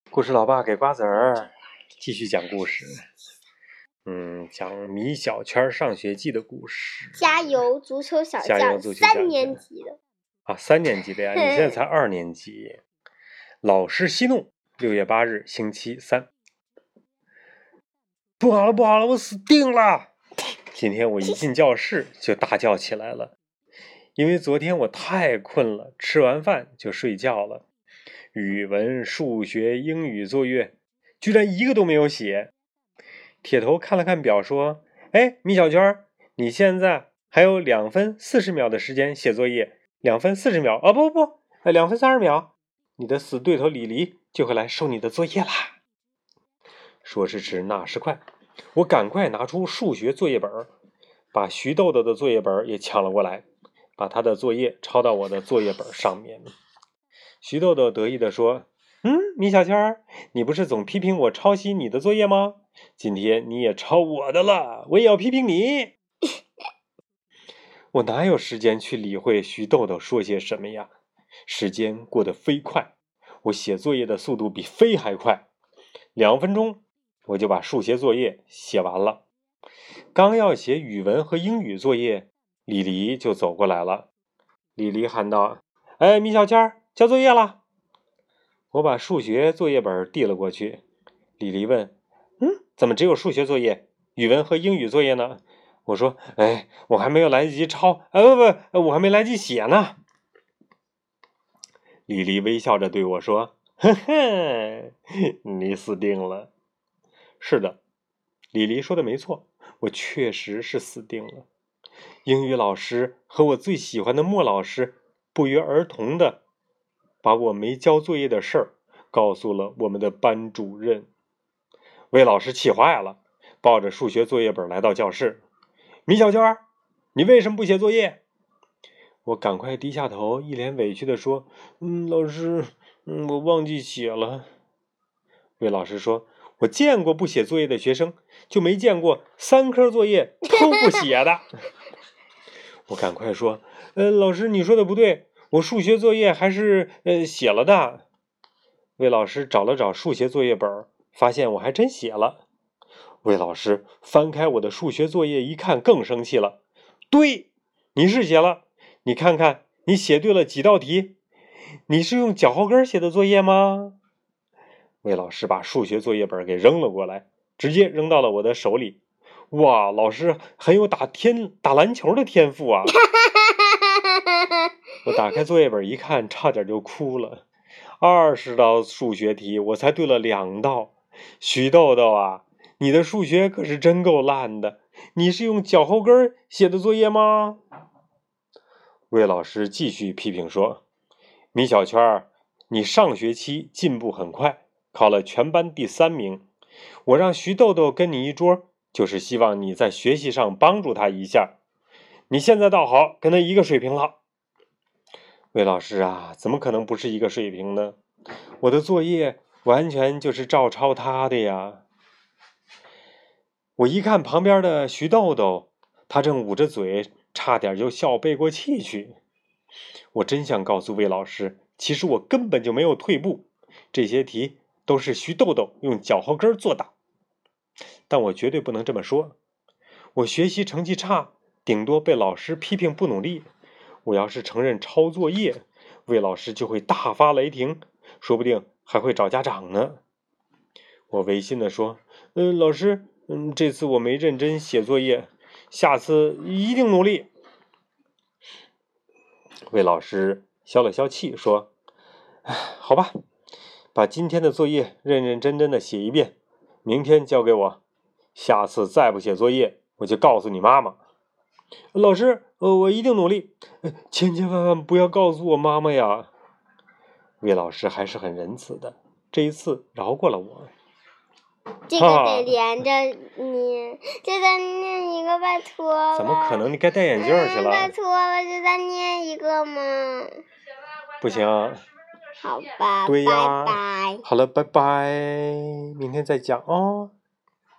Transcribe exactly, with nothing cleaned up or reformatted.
故事老爸给瓜子儿继续讲故事。嗯，讲米小圈上学记的故事。 加油足球小加将， 油足球小将三年级的啊，三年级的呀，你现在才二年级。老师息怒，六月八日，星期三。不好了，不好了，我死定了！今天我一进教室就大叫起来了，因为昨天我太困了，吃完饭就睡觉了。语文、数学、英语作业居然一个都没有写。铁头看了看表说：“哎，米小圈，你现在还有两分四十秒的时间写作业，两分四十秒啊，不不不，两分三十秒，你的死对头李黎就会来收你的作业啦。”说时迟，那时快，我赶快拿出数学作业本，把徐豆豆的作业本也抢了过来，把他的作业抄到我的作业本上面。徐豆豆得意地说：“嗯，米小圈，你不是总批评我抄袭你的作业吗？今天你也抄我的了，我也要批评你。”我哪有时间去理会徐豆豆说些什么呀？时间过得飞快，我写作业的速度比飞还快，两分钟我就把数学作业写完了。刚要写语文和英语作业，李黎就走过来了。李黎喊道：“哎，米小圈，交作业了。”我把数学作业本递了过去。李黎问：“嗯，怎么只有数学作业？语文和英语作业呢？”我说：“哎，我还没有来得及抄，啊不不，我还没来得及写呢。”李黎微笑着对我说：“呵呵，你死定了。”是的，李黎说的没错，我确实是死定了。英语老师和我最喜欢的莫老师不约而同的把我没交作业的事儿告诉了我们的班主任。魏老师气坏了，抱着数学作业本来到教室。“米小圈，你为什么不写作业？”我赶快低下头，一脸委屈地说：“嗯，老师，嗯，我忘记写了。”魏老师说：“我见过不写作业的学生，就没见过三科作业都不写的。”我赶快说：“呃，老师，你说的不对，我数学作业还是呃写了的。”魏老师找了找数学作业本，发现我还真写了。魏老师翻开我的数学作业一看，更生气了。“对，你是写了，你看看你写对了几道题？你是用脚后跟写的作业吗？”魏老师把数学作业本给扔了过来，直接扔到了我的手里。哇，老师很有打天打篮球的天赋啊！我打开作业本一看，差点就哭了。二十道数学题，我才对了两道。徐豆豆啊，你的数学可是真够烂的！你是用脚后跟写的作业吗？魏老师继续批评说：“米小圈，你上学期进步很快，考了全班第三名。我让徐豆豆跟你一桌，就是希望你在学习上帮助他一下。你现在倒好，跟他一个水平了。”魏老师啊，怎么可能不是一个水平呢？我的作业完全就是照抄他的呀。我一看旁边的徐豆豆，他正捂着嘴，差点就笑背过气去。我真想告诉魏老师，其实我根本就没有退步，这些题都是徐豆豆用脚后跟做的。但我绝对不能这么说。我学习成绩差，顶多被老师批评不努力。我要是承认抄作业，魏老师就会大发雷霆，说不定还会找家长呢。我违心地说：“嗯、呃，老师，嗯，这次我没认真写作业，下次一定努力。”魏老师消了消气，说：“哎，好吧，把今天的作业认认真真的写一遍，明天交给我。下次再不写作业，我就告诉你妈妈。”“老师，呃，我一定努力，千千万万不要告诉我妈妈呀。”魏老师还是很仁慈的，这一次饶过了我。 这个得连着念，就再念一个，拜托了。 怎么可能？你该戴眼镜去了。 嗯、拜托了，就再念一个嘛。 不行。 好吧， 对呀， 拜拜。 好了，拜拜，明天再讲哦。